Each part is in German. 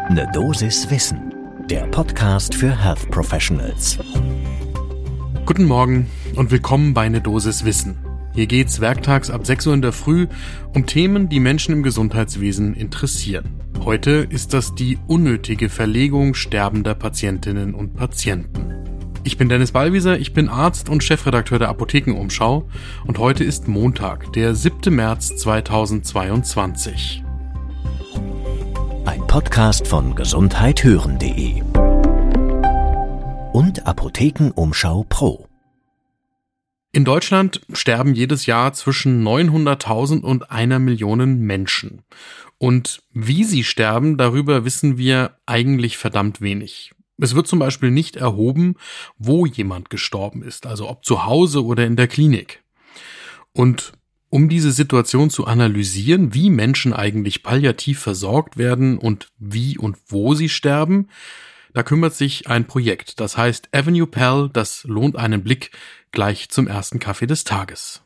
Ne Dosis Wissen, der Podcast für Health Professionals. Guten Morgen und willkommen bei Ne Dosis Wissen. Hier geht's werktags ab 6 Uhr in der Früh um Themen, die Menschen im Gesundheitswesen interessieren. Heute ist das die unnötige Verlegung sterbender Patientinnen und Patienten. Ich bin Dennis Ballwieser, ich bin Arzt und Chefredakteur der Apothekenumschau und heute ist Montag, der 7. März 2022. Ein Podcast von gesundheithören.de und Apothekenumschau Pro. In Deutschland sterben jedes Jahr zwischen 900.000 und 1 Million Menschen. Und wie sie sterben, darüber wissen wir eigentlich verdammt wenig. Es wird zum Beispiel nicht erhoben, wo jemand gestorben ist, also ob zu Hause oder in der Klinik. Und um diese Situation zu analysieren, wie Menschen eigentlich palliativ versorgt werden und wie und wo sie sterben, da kümmert sich ein Projekt, das heißt Avenue Pal, das lohnt einen Blick gleich zum ersten Kaffee des Tages.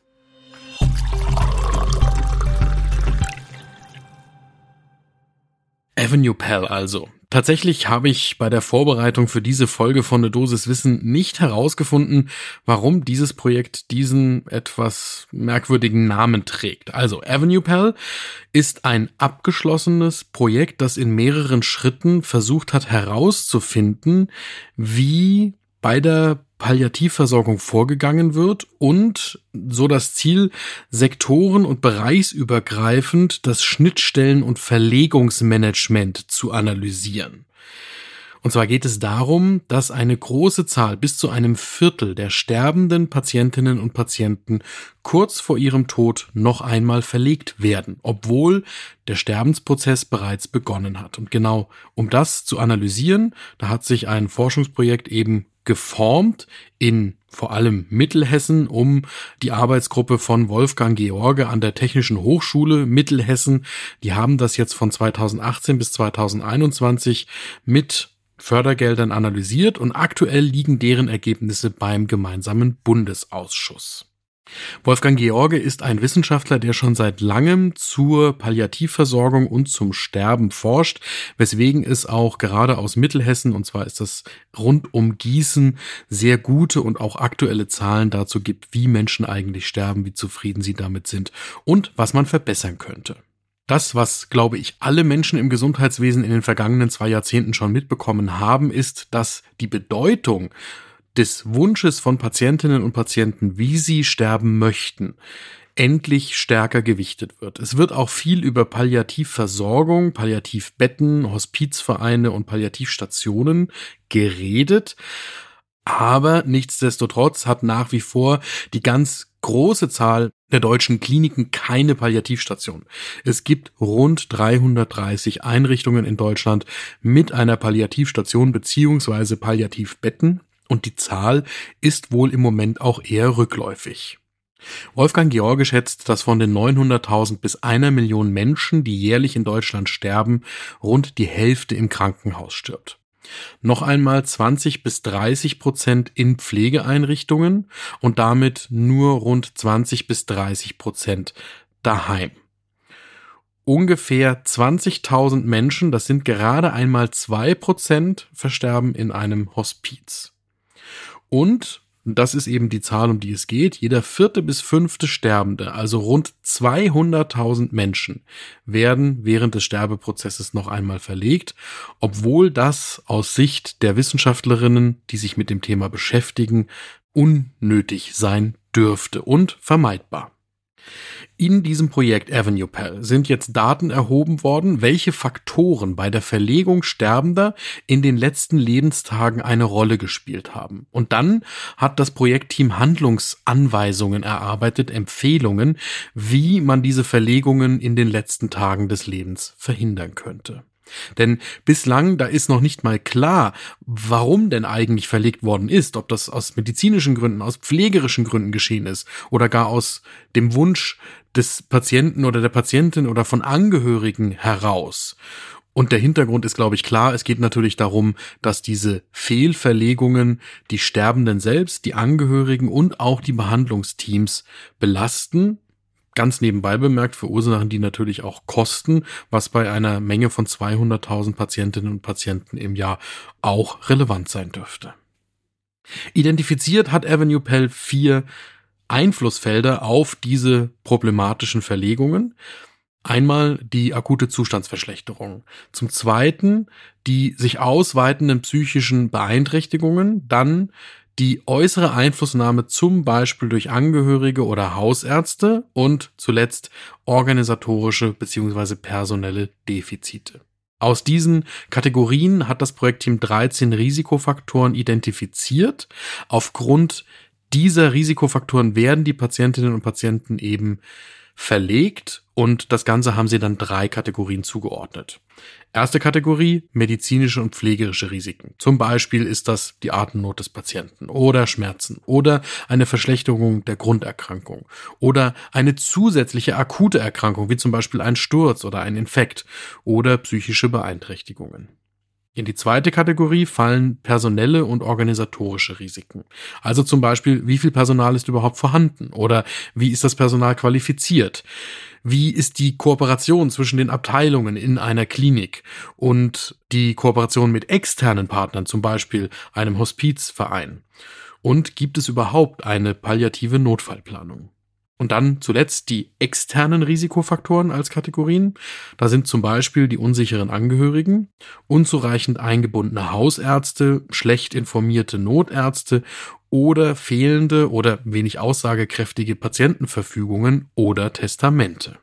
Avenue Pal also. Tatsächlich habe ich bei der Vorbereitung für diese Folge von Ne Dosis Wissen nicht herausgefunden, warum dieses Projekt diesen etwas merkwürdigen Namen trägt. Also Avenue Pal ist ein abgeschlossenes Projekt, das in mehreren Schritten versucht hat herauszufinden, wie bei der Palliativversorgung vorgegangen wird und so das Ziel, sektoren- und bereichsübergreifend das Schnittstellen- und Verlegungsmanagement zu analysieren. Und zwar geht es darum, dass eine große Zahl, bis zu einem Viertel der sterbenden Patientinnen und Patienten kurz vor ihrem Tod noch einmal verlegt werden, obwohl der Sterbensprozess bereits begonnen hat. Und genau um das zu analysieren, da hat sich ein Forschungsprojekt eben geformt in vor allem Mittelhessen um die Arbeitsgruppe von Wolfgang George an der Technischen Hochschule Mittelhessen. Die haben das jetzt von 2018 bis 2021 mit Fördergeldern analysiert und aktuell liegen deren Ergebnisse beim gemeinsamen Bundesausschuss. Wolfgang George ist ein Wissenschaftler, der schon seit langem zur Palliativversorgung und zum Sterben forscht, weswegen es auch gerade aus Mittelhessen, und zwar ist das rund um Gießen, sehr gute und auch aktuelle Zahlen dazu gibt, wie Menschen eigentlich sterben, wie zufrieden sie damit sind und was man verbessern könnte. Das, was, glaube ich, alle Menschen im Gesundheitswesen in den vergangenen 2 Jahrzehnten schon mitbekommen haben, ist, dass die Bedeutung des Wunsches von Patientinnen und Patienten, wie sie sterben möchten, endlich stärker gewichtet wird. Es wird auch viel über Palliativversorgung, Palliativbetten, Hospizvereine und Palliativstationen geredet. Aber nichtsdestotrotz hat nach wie vor die ganz große Zahl der deutschen Kliniken keine Palliativstation. Es gibt rund 330 Einrichtungen in Deutschland mit einer Palliativstation bzw. Palliativbetten. Und die Zahl ist wohl im Moment auch eher rückläufig. Wolfgang George schätzt, dass von den 900.000 bis 1 Million Menschen, die jährlich in Deutschland sterben, rund die Hälfte im Krankenhaus stirbt. Noch einmal 20-30% in Pflegeeinrichtungen und damit nur rund 20-30% daheim. Ungefähr 20.000 Menschen, das sind gerade einmal 2%, versterben in einem Hospiz. Und, das ist eben die Zahl, um die es geht, jeder 4. bis 5. Sterbende, also rund 200.000 Menschen, werden während des Sterbeprozesses noch einmal verlegt, obwohl das aus Sicht der Wissenschaftlerinnen, die sich mit dem Thema beschäftigen, unnötig sein dürfte und vermeidbar. In diesem Projekt Avenue Pal sind jetzt Daten erhoben worden, welche Faktoren bei der Verlegung Sterbender in den letzten Lebenstagen eine Rolle gespielt haben. Und dann hat das Projektteam Handlungsanweisungen erarbeitet, Empfehlungen, wie man diese Verlegungen in den letzten Tagen des Lebens verhindern könnte. Denn bislang, da ist noch nicht mal klar, warum denn eigentlich verlegt worden ist, ob das aus medizinischen Gründen, aus pflegerischen Gründen geschehen ist oder gar aus dem Wunsch des Patienten oder der Patientin oder von Angehörigen heraus. Und der Hintergrund ist, glaube ich, klar. Es geht natürlich darum, dass diese Fehlverlegungen die Sterbenden selbst, die Angehörigen und auch die Behandlungsteams belasten. Ganz nebenbei bemerkt verursachen die natürlich auch Kosten, was bei einer Menge von 200.000 Patientinnen und Patienten im Jahr auch relevant sein dürfte. Identifiziert hat Avenue Pell 4 Einflussfelder auf diese problematischen Verlegungen. Einmal die akute Zustandsverschlechterung. Zum Zweiten die sich ausweitenden psychischen Beeinträchtigungen. Dann die äußere Einflussnahme zum Beispiel durch Angehörige oder Hausärzte. Und zuletzt organisatorische bzw. personelle Defizite. Aus diesen Kategorien hat das Projektteam 13 Risikofaktoren identifiziert. Aufgrund dieser Risikofaktoren werden die Patientinnen und Patienten eben verlegt und das Ganze haben sie dann 3 Kategorien zugeordnet. Erste Kategorie, medizinische und pflegerische Risiken. Zum Beispiel ist das die Atemnot des Patienten oder Schmerzen oder eine Verschlechterung der Grunderkrankung oder eine zusätzliche akute Erkrankung, wie zum Beispiel ein Sturz oder ein Infekt oder psychische Beeinträchtigungen. In die zweite Kategorie fallen personelle und organisatorische Risiken. Also zum Beispiel, wie viel Personal ist überhaupt vorhanden oder wie ist das Personal qualifiziert? Wie ist die Kooperation zwischen den Abteilungen in einer Klinik und die Kooperation mit externen Partnern, zum Beispiel einem Hospizverein? Und gibt es überhaupt eine palliative Notfallplanung? Und dann zuletzt die externen Risikofaktoren als Kategorien. Da sind zum Beispiel die unsicheren Angehörigen, unzureichend eingebundene Hausärzte, schlecht informierte Notärzte oder fehlende oder wenig aussagekräftige Patientenverfügungen oder Testamente.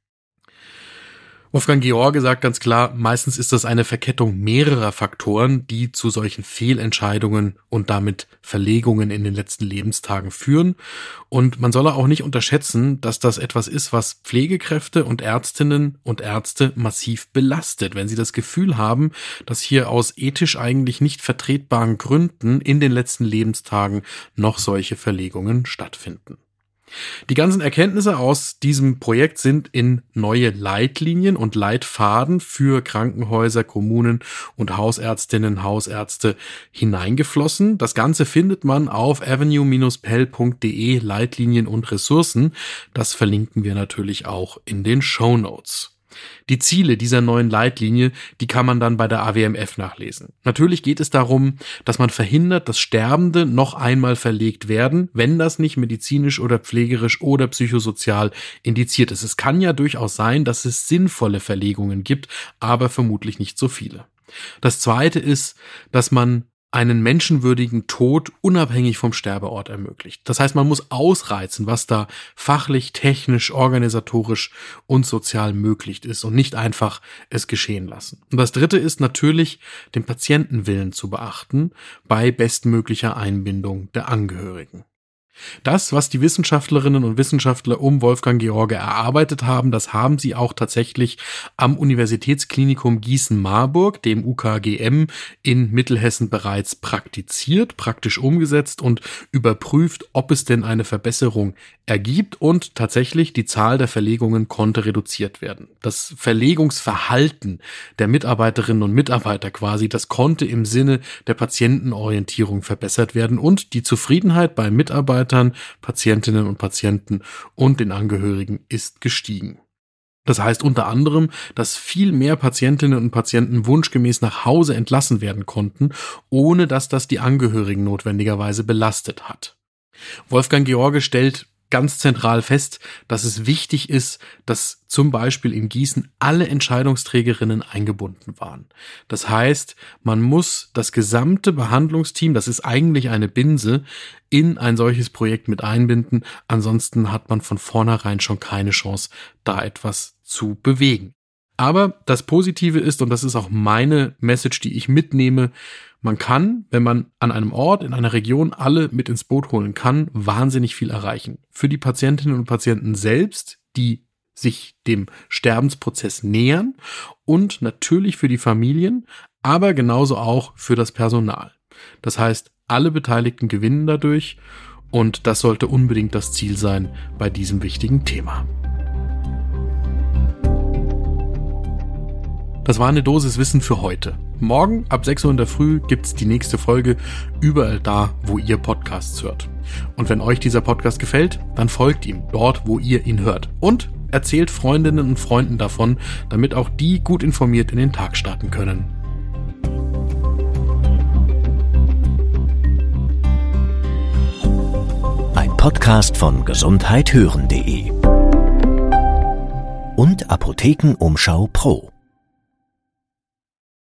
Wolfgang George sagt ganz klar, meistens ist das eine Verkettung mehrerer Faktoren, die zu solchen Fehlentscheidungen und damit Verlegungen in den letzten Lebenstagen führen. Und man solle auch nicht unterschätzen, dass das etwas ist, was Pflegekräfte und Ärztinnen und Ärzte massiv belastet, wenn sie das Gefühl haben, dass hier aus ethisch eigentlich nicht vertretbaren Gründen in den letzten Lebenstagen noch solche Verlegungen stattfinden. Die ganzen Erkenntnisse aus diesem Projekt sind in neue Leitlinien und Leitfaden für Krankenhäuser, Kommunen und Hausärztinnen, Hausärzte hineingeflossen. Das Ganze findet man auf avenue-pell.de Leitlinien und Ressourcen. Das verlinken wir natürlich auch in den Shownotes. Die Ziele dieser neuen Leitlinie, die kann man dann bei der AWMF nachlesen. Natürlich geht es darum, dass man verhindert, dass Sterbende noch einmal verlegt werden, wenn das nicht medizinisch oder pflegerisch oder psychosozial indiziert ist. Es kann ja durchaus sein, dass es sinnvolle Verlegungen gibt, aber vermutlich nicht so viele. Das Zweite ist, dass man einen menschenwürdigen Tod unabhängig vom Sterbeort ermöglicht. Das heißt, man muss ausreizen, was da fachlich, technisch, organisatorisch und sozial möglich ist und nicht einfach es geschehen lassen. Und das Dritte ist natürlich, den Patientenwillen zu beachten bei bestmöglicher Einbindung der Angehörigen. Das, was die Wissenschaftlerinnen und Wissenschaftler um Wolfgang George erarbeitet haben, das haben sie auch tatsächlich am Universitätsklinikum Gießen-Marburg, dem UKGM, in Mittelhessen bereits praktiziert, praktisch umgesetzt und überprüft, ob es denn eine Verbesserung ergibt, und tatsächlich die Zahl der Verlegungen konnte reduziert werden. Das Verlegungsverhalten der Mitarbeiterinnen und Mitarbeiter quasi, das konnte im Sinne der Patientenorientierung verbessert werden und die Zufriedenheit bei Mitarbeitern, Patientinnen und Patienten und den Angehörigen ist gestiegen. Das heißt unter anderem, dass viel mehr Patientinnen und Patienten wunschgemäß nach Hause entlassen werden konnten, ohne dass das die Angehörigen notwendigerweise belastet hat. Wolfgang George stellt ganz zentral fest, dass es wichtig ist, dass zum Beispiel in Gießen alle Entscheidungsträgerinnen eingebunden waren. Das heißt, man muss das gesamte Behandlungsteam, das ist eigentlich eine Binse, in ein solches Projekt mit einbinden. Ansonsten hat man von vornherein schon keine Chance, da etwas zu bewegen. Aber das Positive ist, und das ist auch meine Message, die ich mitnehme, man kann, wenn man an einem Ort, in einer Region alle mit ins Boot holen kann, wahnsinnig viel erreichen. Für die Patientinnen und Patienten selbst, die sich dem Sterbensprozess nähern, und natürlich für die Familien, aber genauso auch für das Personal. Das heißt, alle Beteiligten gewinnen dadurch, und das sollte unbedingt das Ziel sein bei diesem wichtigen Thema. Das war eine Dosis Wissen für heute. Morgen ab 6 Uhr in der Früh gibt's die nächste Folge überall da, wo ihr Podcasts hört. Und wenn euch dieser Podcast gefällt, dann folgt ihm dort, wo ihr ihn hört. Und erzählt Freundinnen und Freunden davon, damit auch die gut informiert in den Tag starten können. Ein Podcast von gesundheithören.de und Apothekenumschau Pro.